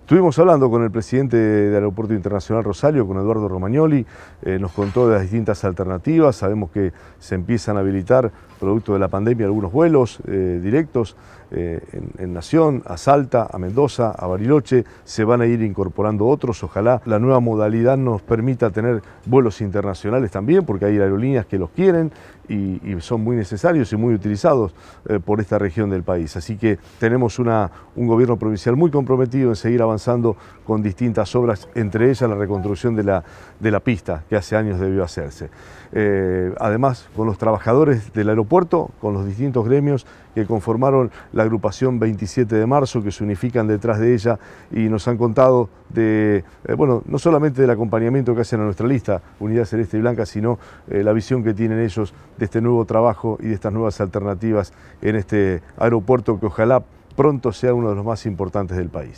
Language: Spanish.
Estuvimos hablando con el presidente del Aeropuerto Internacional Rosario, con Eduardo Romagnoli, nos contó de las distintas alternativas. Sabemos que se empiezan a habilitar, producto de la pandemia, algunos vuelos directos en Nación, a Salta, a Mendoza, a Bariloche. Se van a ir incorporando otros. Ojalá la nueva modalidad nos permita tener vuelos internacionales también, porque hay aerolíneas que los quieren y son muy necesarios y muy utilizados por esta región del país. Así que tenemos un gobierno provincial muy comprometido en seguir avanzando con distintas obras, entre ellas la reconstrucción de la pista que hace años debió hacerse. Además, con los trabajadores del aeropuerto, con los distintos gremios que conformaron la agrupación 27 de marzo, que se unifican detrás de ella y nos han contado de, no solamente del acompañamiento que hacen a nuestra lista, Unidad Celeste y Blanca, sino la visión que tienen ellos de este nuevo trabajo y de estas nuevas alternativas en este aeropuerto que ojalá pronto sea uno de los más importantes del país.